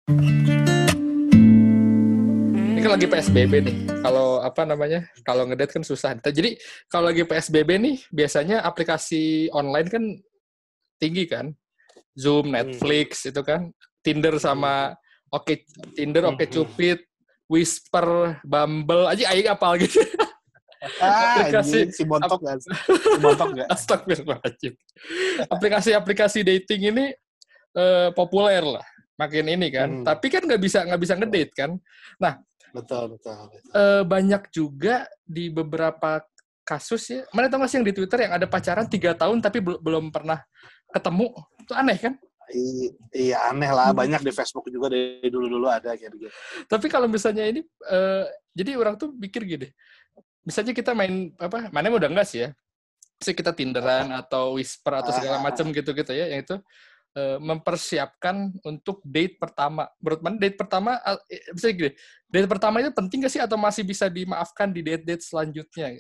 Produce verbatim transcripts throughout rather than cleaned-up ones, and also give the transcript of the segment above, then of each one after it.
Ini kan lagi P S B B nih. Kalau apa namanya? Kalau ngedate kan susah. Jadi kalau lagi P S B B nih, biasanya aplikasi online kan tinggi kan? Zoom, Netflix itu kan, Tinder sama Oke Tinder, Oke Cupid, Whisper, Bumble, aja aing apal gitu. Ah, aplikasi anjing, si montok ap- nggak? Si montok nggak? Astagfirullahaladzim. Aplikasi-aplikasi dating ini eh, populer lah, makin ini kan. Hmm, Tapi kan nggak bisa nggak bisa ngedate kan. Nah, betul, betul, betul. eh, banyak juga di beberapa kasus ya. Mana tau nggak sih yang di Twitter yang ada pacaran tiga tahun tapi bel- belum pernah ketemu? Itu aneh kan? I- iya aneh lah, banyak di Facebook juga dari dulu-dulu ada kayak gitu. Tapi kalau misalnya ini, eh, jadi orang tuh pikir gini, misalnya kita main apa? Mana udah enggak sih ya? Misalnya kita Tinderan atau Whisper atau segala macam gitu-gitu ya, yang itu eh, mempersiapkan untuk date pertama. Menurut mana date pertama, eh, misalnya gini, date pertama itu penting nggak sih atau masih bisa dimaafkan di date-date selanjutnya?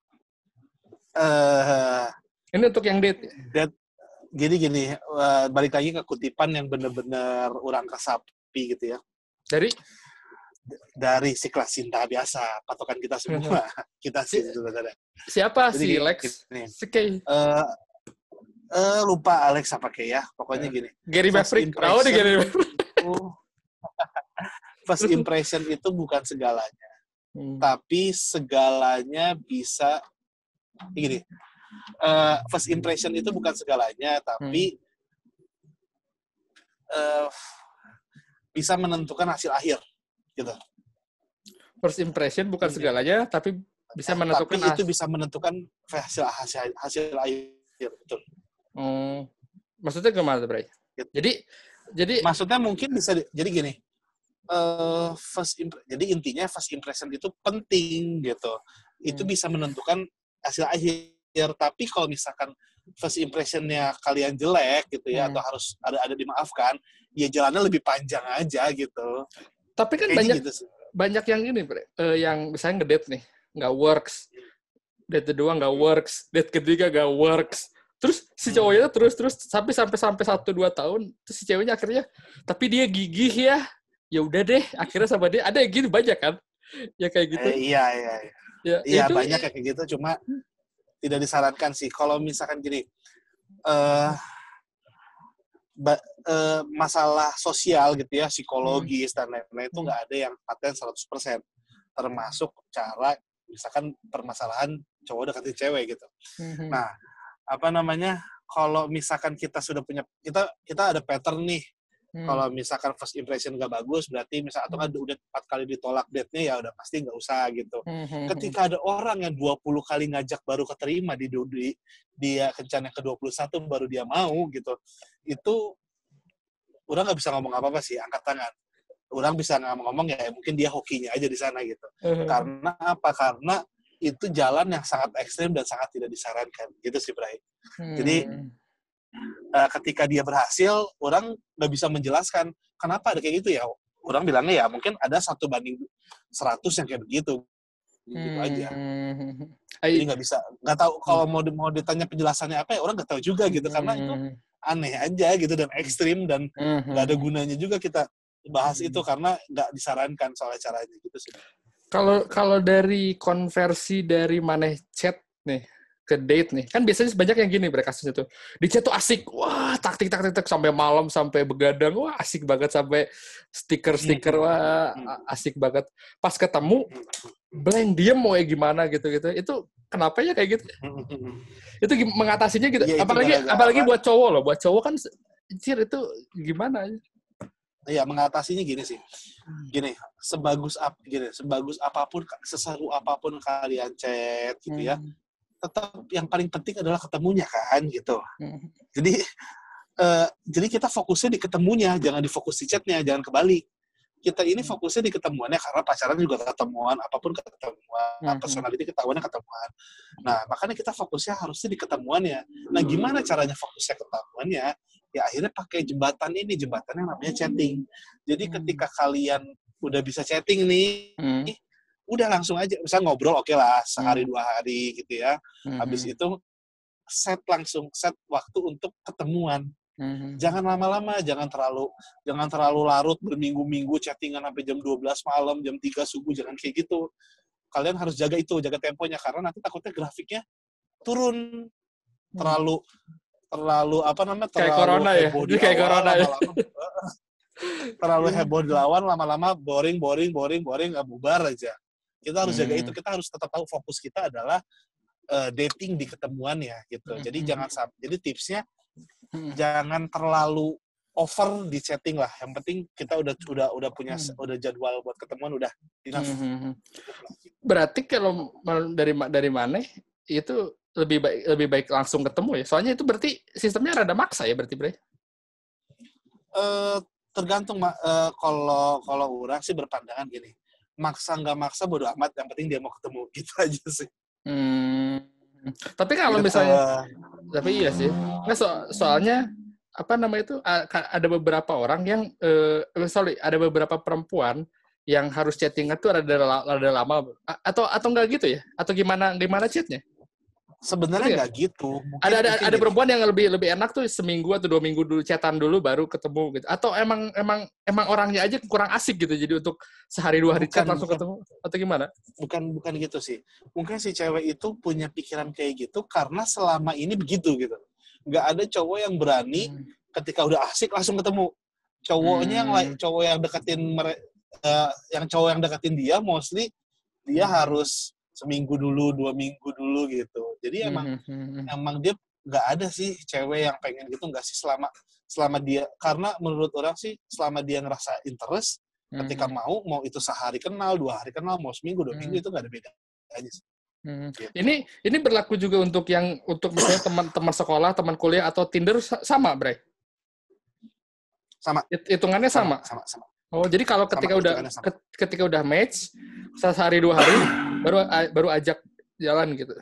Eh, Ini untuk yang date ya? that gini-gini, eh, balik lagi ke kutipan yang bener-bener orang kesapi gitu ya. Dari Dari Siklas Cinta biasa, patokan kita semua. Kita sih sebenarnya. siapa Jadi sih Lex? gini, Si Kay. eh eh, lupa Alex apa kayak ya, pokoknya gini. Gary First Maverick. Oh, di impression Gary Maverick. itu, first impression itu bukan segalanya, Hmm. tapi segalanya bisa gini. eh, first impression itu bukan segalanya, tapi eh, bisa menentukan hasil akhir, gitu. First impression bukan segalanya, tapi bisa menentukan. Tapi itu bisa menentukan hasil hasil hasil akhir, betul. Hmm, maksudnya gimana, Bray? Gitu. Jadi, jadi Maksudnya mungkin bisa di- jadi gini. eh, first impre- jadi intinya first impression itu penting gitu. Itu Hmm. bisa menentukan hasil akhir. Tapi kalau misalkan first impressionnya kalian jelek gitu ya, Hmm. atau harus ada ada dimaafkan, ya jalannya lebih panjang aja gitu. Tapi kan Kayaknya banyak gitu sih. banyak yang ini, Bray, eh, yang misalnya ngedate nih, nggak works. Date kedua nggak works, date ketiga nggak works. Terus si cowoknya terus terus sampai sampai sampai satu dua tahun, terus si ceweknya akhirnya, tapi dia gigih ya, ya udah deh, akhirnya sama dia ada yang gini banyak kan, ya kayak gitu. Eh, iya iya. Iya, Ya, iya itu banyak kayak gitu. Cuma tidak disarankan sih. Kalau misalkan gini, eh ba- eh, masalah sosial gitu ya, psikologis dan lain-lain itu Hmm. nggak ada yang paten seratus persen. Termasuk cara misalkan permasalahan cowok deketin cewek gitu. Hmm. Nah, apa namanya? Kalau misalkan kita sudah punya kita kita ada pattern nih. Hmm. Kalau misalkan first impression nggak bagus, berarti misal atau kan udah empat kali ditolak date-nya, ya udah pasti nggak usah gitu. Hmm. Ketika ada orang yang dua puluh kali ngajak baru keterima di, di dia kencan yang ke dua puluh satu baru dia mau gitu. Itu orang nggak bisa ngomong apa-apa sih, angkat tangan. Orang bisa ngomong ya mungkin dia hokinya aja di sana gitu. Hmm. Karena apa? Karena itu jalan yang sangat ekstrim dan sangat tidak disarankan gitu sih, Bray. Hmm. Jadi uh, ketika dia berhasil, orang nggak bisa menjelaskan kenapa ada kayak gitu ya. Orang bilangnya ya mungkin ada satu banding seratus yang kayak begitu, gitu hmm. aja. Hmm. Jadi nggak bisa, nggak tahu kalau mau mau ditanya penjelasannya apa ya orang nggak tahu juga gitu, karena itu aneh aja gitu dan ekstrim dan nggak ada gunanya juga kita bahas itu karena nggak disarankan soal caranya gitu sih. Kalau kalau dari konversi dari maneh chat nih ke date nih, kan biasanya banyak yang gini bre kasusnya tuh. Di chat tuh asik, wah taktik taktik tak sampai malam sampai begadang, wah asik banget sampai stiker-stiker, wah asik banget. Pas ketemu blank diem mau ya gimana gitu-gitu. Itu kenapa ya kayak gitu? Itu mengatasinya gitu. Ya, apalagi gara-gara. apalagi buat cowok loh, buat cowok kan cir itu gimana? Iya, mengatasinya gini sih. Gini, sebagus ap, gini, sebagus apapun, seseru apapun kalian chat gitu ya. Hmm. Tetap yang paling penting adalah ketemunya kan gitu. Hmm. Jadi uh, jadi kita fokusnya di ketemunya, jangan di fokus di chatnya, jangan kebalik. Kita ini fokusnya di ketemuannya karena pacaran juga ketemuan, apapun ketemuan, hmm. personality ketahuannya ketemuan. Nah, makanya kita fokusnya harusnya di ketemuannya. Nah, gimana caranya fokusnya ketemuannya? Ya akhirnya pakai jembatan ini, jembatan yang namanya chatting. Jadi hmm. ketika kalian udah bisa chatting nih, hmm. udah langsung aja, misalnya ngobrol oke okay lah, sehari hmm. dua hari gitu ya. Hmm. Habis itu set langsung, set waktu untuk ketemuan. Hmm. Jangan lama-lama, jangan terlalu jangan terlalu larut berminggu-minggu chattingan sampai jam dua belas malam, jam tiga subuh, jangan kayak gitu. Kalian harus jaga itu, jaga temponya karena nanti takutnya grafiknya turun terlalu terlalu apa namanya Kayak terlalu corona ya, heboh ini di kayak awal, corona ya. lama-lama terlalu heboh di lawan, lama-lama boring boring boring boring nggak bubar aja. Kita harus jaga Hmm. itu, kita harus tetap tahu fokus kita adalah uh, dating di ketemuan ya gitu. Jadi Hmm. jangan sampai, jadi tipsnya Hmm. jangan terlalu over di chatting lah. Yang penting kita udah udah udah punya Hmm. udah jadwal buat ketemuan udah enough. Hmm. Berarti kalau dari dari mana itu lebih baik lebih baik langsung ketemu ya. Soalnya itu berarti sistemnya rada maksa ya berarti, Bre. Uh, tergantung uh, kalau kalau orang sih berpandangan gini. Maksa nggak maksa bodo amat, yang penting dia mau ketemu gitu aja sih. Hmm. Tapi kalau gitu. misalnya tapi iya sih. Nggak, so, soalnya apa namanya itu ada beberapa orang yang eh, sorry, ada beberapa perempuan yang harus chattingan tuh rada rada lama atau atau enggak gitu ya? Atau gimana gimana chatnya? Sebenarnya nggak gitu. Mungkin, ada ada mungkin ada perempuan yang lebih lebih enak tuh seminggu atau dua minggu dulu chatan dulu baru ketemu gitu. Atau emang emang emang orangnya aja kurang asik gitu. Jadi untuk sehari dua hari bukan, chat langsung bukan, ketemu atau gimana? Bukan bukan gitu sih. Mungkin si cewek itu punya pikiran kayak gitu karena selama ini begitu gitu. Nggak ada cowok yang berani hmm. ketika udah asik langsung ketemu. Cowoknya hmm. yang cowok yang deketin mere- uh, yang cowok yang deketin dia mostly dia hmm. harus seminggu dulu, dua minggu dulu gitu. Jadi emang mm-hmm. emang dia nggak ada sih cewek yang pengen gitu, nggak sih selama selama dia, karena menurut orang sih selama dia ngerasa interest, mm-hmm. ketika mau mau itu sehari kenal, dua hari kenal, mau seminggu, dua minggu mm-hmm. itu nggak ada beda aja sih. Mm-hmm. Gitu. Ini ini berlaku juga untuk yang untuk misalnya teman-teman sekolah, teman kuliah atau Tinder sama, Bre? Sama. Hitungannya sama. Sama, sama, sama. Oh, jadi kalau ketika sama, udah ketika udah match sehari dua hari baru baru ajak jalan gitu.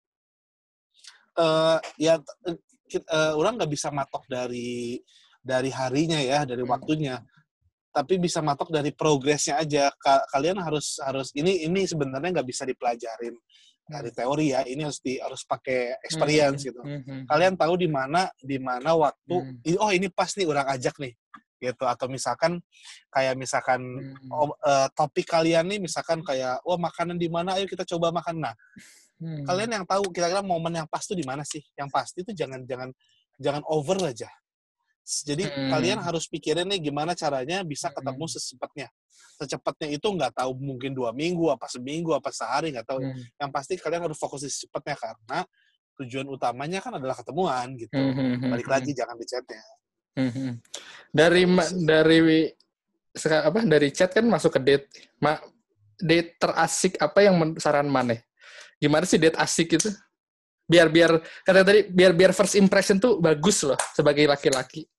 Uh, ya uh, orang nggak bisa matok dari dari harinya ya, dari hmm. waktunya. Tapi bisa matok dari progresnya aja. Ka- kalian harus harus ini ini sebenarnya nggak bisa dipelajarin hmm. dari teori ya. Ini harus di harus pakai experience hmm. gitu. Hmm. Kalian tahu di mana di mana waktu hmm. oh ini pas nih orang ajak nih. Gitu, atau misalkan kayak misalkan hmm. oh, uh, topik kalian nih misalkan kayak wah makanan di mana, ayo kita coba makan. Nah hmm. kalian yang tahu kira-kira momen yang pas tuh di mana sih, yang pasti tuh jangan jangan jangan over aja. Jadi hmm. kalian harus pikirin nih gimana caranya bisa ketemu hmm. secepatnya. Secepatnya itu nggak tahu mungkin dua minggu apa seminggu apa sehari nggak tahu. Hmm. Yang pasti kalian harus fokus di secepatnya karena tujuan utamanya kan adalah ketemuan gitu. Hmm. Balik lagi jangan di chatnya. Hmm. Dari ma- dari apa dari chat kan masuk ke date. Ma, date terasik apa yang men- saran Maneh? Gimana sih date asik itu? Biar biar kata tadi biar biar first impression tuh bagus loh sebagai laki-laki.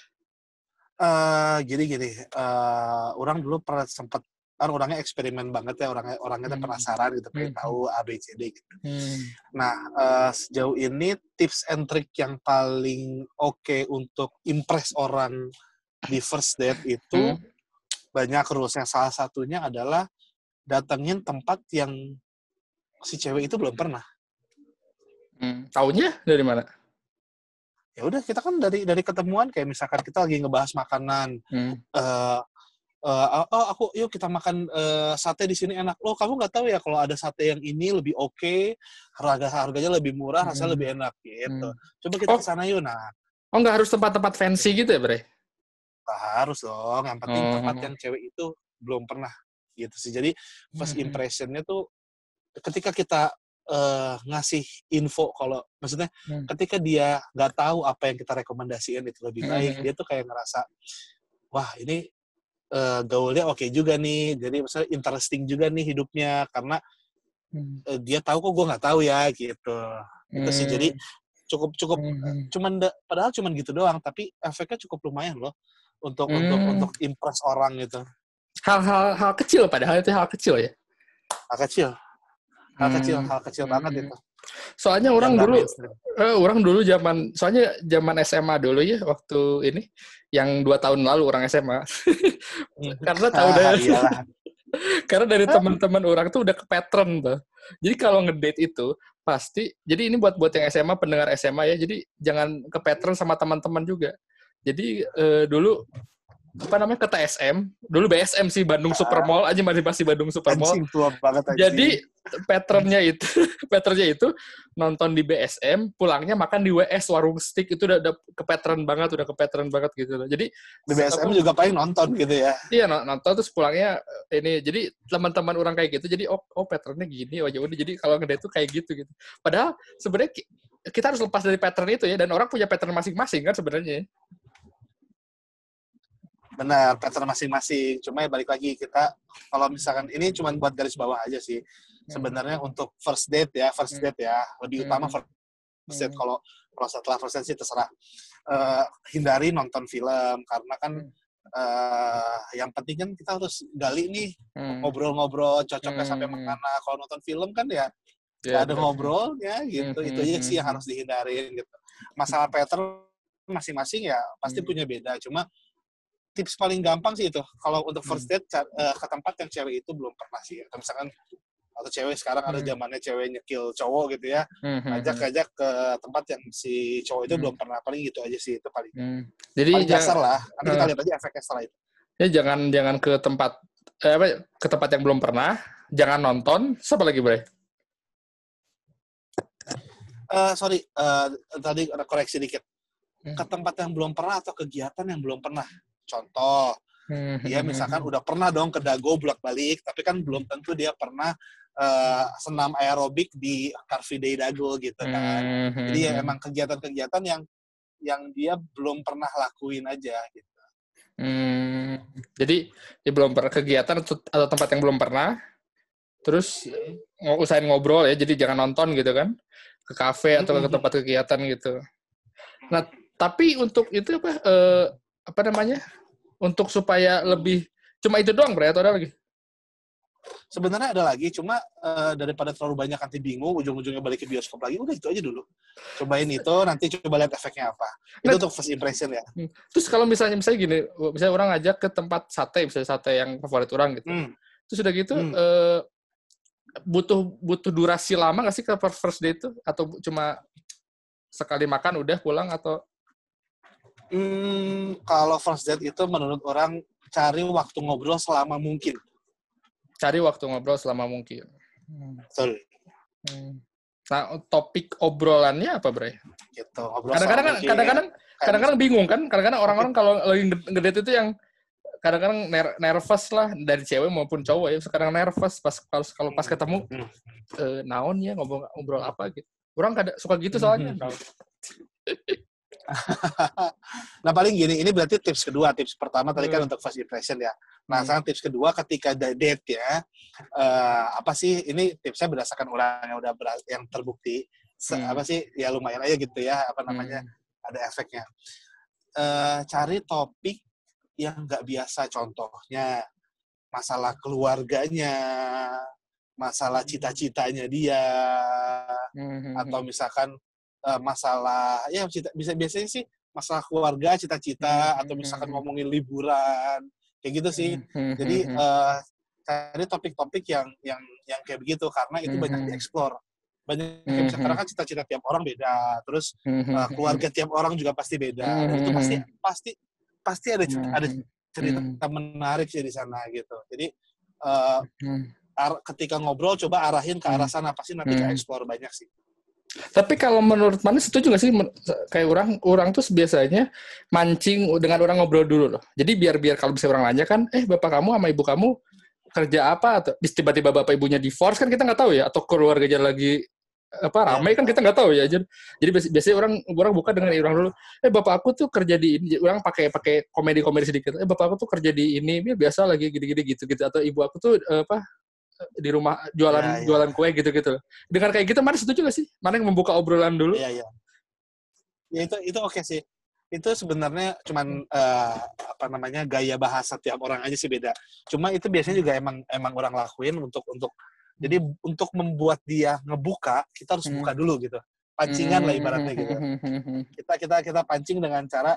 Uh, gini gini, uh, orang dulu pernah sempat kan orangnya eksperimen banget ya, orangnya orangnya hmm. penasaran gitu, pengen hmm. tahu A B C D gitu. Hmm. Nah uh, sejauh ini tips and trick yang paling oke okay untuk impress orang di first date itu hmm. banyak rulesnya. Salah satunya adalah datengin tempat yang si cewek itu belum pernah. Hmm. Taunya dari mana? Ya udah kita kan dari dari ketemuan kayak misalkan kita lagi ngebahas makanan. Hmm. Uh, Uh, oh aku yuk kita makan uh, sate di sini enak. Loh kamu nggak tahu ya kalau ada sate yang ini lebih oke, okay, harga harganya lebih murah, rasanya hmm. lebih enak gitu. Hmm. Coba kita oh. kesana yuk. Nah. Oh nggak harus tempat-tempat fancy gitu ya Bre? Nggak harus dong. Yang penting oh. tempat yang cewek itu belum pernah gitu sih. Jadi first impressionnya tuh ketika kita uh, ngasih info kalau maksudnya hmm. ketika dia nggak tahu apa yang kita rekomendasiin itu lebih baik, hmm. dia tuh kayak ngerasa wah ini Uh, gaulnya oke okay juga nih, jadi misalnya interesting juga nih hidupnya karena hmm. uh, dia tahu kok gue nggak tahu ya gitu, hmm. itu sih jadi cukup cukup hmm. cuman da- padahal cuman gitu doang tapi efeknya cukup lumayan loh untuk hmm. untuk untuk impress orang gitu. Hal-hal hal kecil padahal itu hal kecil ya. Hal kecil, hal hmm. kecil, hal kecil hmm. banget itu. Soalnya orang dulu, eh, orang dulu zaman, soalnya zaman S M A dulu ya waktu ini, yang dua tahun lalu orang S M A, karena tahu dari, karena dari teman-teman orang tuh udah ke pattern tuh. Jadi kalau ngedate itu Pasti. Jadi ini buat buat yang S M A, pendengar S M A ya. Jadi jangan ke pattern sama teman-teman juga. Jadi eh, dulu apa namanya ke T S M, dulu B S M sih Bandung Supermall aja masih masih Bandung Supermall. Anjing tua banget anjing. Jadi patternnya itu, patternnya itu nonton di B S M, pulangnya makan di W S warung steak itu udah, udah ke pattern banget, udah ke pattern banget gitu loh. Jadi di B S M apa, juga paling nonton gitu ya. Iya nonton terus pulangnya ini. Jadi teman-teman orang kayak gitu. Jadi oh, oh patternnya gini, oh ya udah. Jadi kalau ngedate tuh kayak gitu gitu. Padahal sebenarnya kita harus lepas dari pattern itu ya. Dan orang punya pattern masing-masing kan sebenarnya. Benar, pattern masing-masing. Cuma ya balik lagi kita, kalau misalkan ini cuma buat garis bawah aja sih. Sebenarnya hmm. untuk first date ya, first date ya, lebih hmm. utama first date. Kalau hmm. kalau setelah first date sih terserah. Uh, hindari nonton film karena kan hmm. uh, yang penting kan kita harus gali nih hmm. ngobrol-ngobrol, cocoknya hmm. sampai mana. Kalau nonton film kan ya nggak yeah, ada ngobrolnya gitu. Hmm. Itu aja sih yang harus dihindarin gitu. Masalah pattern masing-masing ya pasti hmm. punya beda. Cuma tips paling gampang sih itu kalau untuk first date uh, ke tempat yang cewek itu belum pernah sih. Atau misalkan atau cewek sekarang hmm. ada zamannya cewek nyekil cowok gitu ya, ngajak-ngajak ke tempat yang si cowok itu hmm. belum pernah, paling gitu aja sih itu paling. Hmm. Jadi paling dasar lah. Nanti uh, kita lihat aja efeknya setelah itu. Ya jangan jangan ke tempat eh, apa ke tempat yang belum pernah, jangan nonton, siapa lagi Bray? Uh, sorry, uh, tadi ada koreksi dikit. Ke tempat yang belum pernah atau kegiatan yang belum pernah. Contoh, hmm. dia misalkan udah pernah dong ke Dago bolak-balik, tapi kan belum tentu dia pernah uh, senam aerobik di Car Free Day Dago gitu kan. Hmm. Jadi ya emang kegiatan-kegiatan yang yang dia belum pernah lakuin aja gitu. Hmm. Jadi dia belum pernah kegiatan atau tempat yang belum pernah, terus hmm. usahain ngobrol ya, jadi jangan nonton gitu kan, ke kafe atau hmm. ke tempat kegiatan gitu. Nah, tapi untuk itu apa? Uh, apa namanya, untuk supaya lebih, cuma itu doang Bray, atau ada lagi? Sebenarnya ada lagi, cuma uh, daripada terlalu banyak nanti bingung, ujung-ujungnya balik ke bioskop lagi, udah itu aja dulu. Cobain itu, nanti coba lihat efeknya apa. Itu nah, untuk first impression ya. Terus kalau misalnya, misalnya gini, misalnya orang ngajak ke tempat sate, misalnya sate yang favorit orang gitu. Hmm. Terus udah gitu, hmm. uh, butuh butuh durasi lama nggak sih ke first date itu? Atau cuma sekali makan udah pulang atau? Hmm, kalau first date itu menurut orang cari waktu ngobrol selama mungkin. Cari waktu ngobrol selama mungkin. Hmm. Betul. Hmm. Nah, topik obrolannya apa, Bray? Gitu, ngobrol kadang-kadang kan, kadang-kadang kadang-kadang bingung kan? Kadang-kadang orang-orang kalau lagi ngedate itu yang kadang-kadang ner- nervous lah dari cewek maupun cowok ya. Sekarang nervous pas kalau kalau pas ketemu hmm. eh, naon ya ngobrol ngobrol apa gitu. Orang kadang suka gitu soalnya. Hmm. Nah paling gini, ini berarti tips kedua. Tips pertama tadi kan hmm. untuk first impression ya. Nah hmm. sekarang tips kedua ketika date ya, uh, apa sih, ini tipsnya berdasarkan orang yang udah ber- yang terbukti, Se- hmm. apa sih, ya lumayan aja gitu ya, apa namanya, hmm. ada efeknya. Uh, cari topik yang nggak biasa, contohnya masalah keluarganya, masalah cita-citanya dia, hmm. atau misalkan Uh, masalah ya bisa biasanya sih masalah keluarga, cita-cita, hmm, atau misalkan hmm, ngomongin liburan kayak gitu sih. Hmm, Jadi uh, cari topik-topik yang yang yang kayak begitu karena itu hmm, banyak dieksplor. Banyak hmm, misalkan karena kan cita-cita tiap orang beda, terus uh, keluarga tiap orang juga pasti beda. Dan itu pasti pasti pasti ada ada cerita menarik sih di sana gitu. Jadi uh, ar- ketika ngobrol coba arahin ke arah sana, pasti nanti ke eksplor banyak sih. Tapi kalau menurut Manis setuju nggak sih kayak orang orang tuh biasanya mancing dengan orang ngobrol dulu loh. Jadi biar biar kalau bisa orang nanya kan, eh bapak kamu sama ibu kamu kerja apa, atau tiba-tiba bapak ibunya divorce kan kita nggak tahu ya, atau keluarganya lagi apa ramai kan kita nggak tahu ya. Jadi biasanya orang orang buka dengan orang dulu, eh bapak aku tuh kerja di ini, orang pakai pakai komedi-komedi sedikit. Eh bapak aku tuh kerja di ini, biasa lagi gini-gini gitu-gitu, atau ibu aku tuh apa di rumah jualan ya, ya. jualan kue gitu-gitu. Dengan kayak gitu, mana setuju nggak sih? Mana yang membuka obrolan dulu? Iya, iya. Ya itu itu oke sih. Itu sebenarnya cuman uh, apa namanya gaya bahasa tiap orang aja sih beda. Cuma itu biasanya juga emang emang orang lakuin untuk untuk jadi untuk membuat dia ngebuka, kita harus buka dulu gitu. Pancingan lah ibaratnya gitu. Kita kita kita pancing dengan cara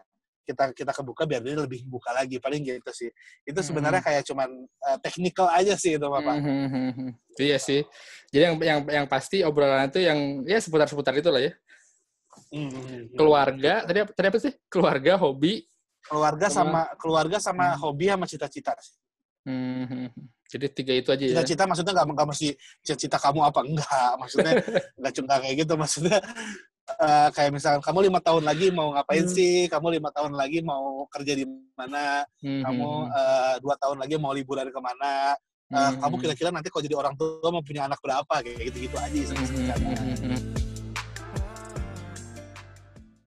kita kita kebuka biar dia lebih buka lagi, paling gitu sih. Itu Hmm. sebenarnya kayak cuman uh, technical aja sih itu Bapak. Hmm. Iya sih. Jadi yang yang yang pasti obrolan itu yang ya seputar-seputar itulah ya. Hmm. Keluarga, tadi apa, tadi apa sih? Keluarga, hobi, Keluarga sama sama keluarga sama Hmm. hobi sama cita-cita sih. Hmm. Jadi tiga itu aja ya. Cita-cita maksudnya nggak nggak mesti cita-cita kamu apa enggak, maksudnya nggak cuma kayak gitu, maksudnya uh, kayak misalkan kamu lima tahun lagi mau ngapain Hmm. sih, kamu lima tahun lagi mau kerja di mana, Hmm. kamu uh, dua tahun lagi mau liburan kemana, uh, Hmm. kamu kira-kira nanti kalau jadi orang tua mau punya anak berapa, kayak gitu-gitu aja sih. Hmm.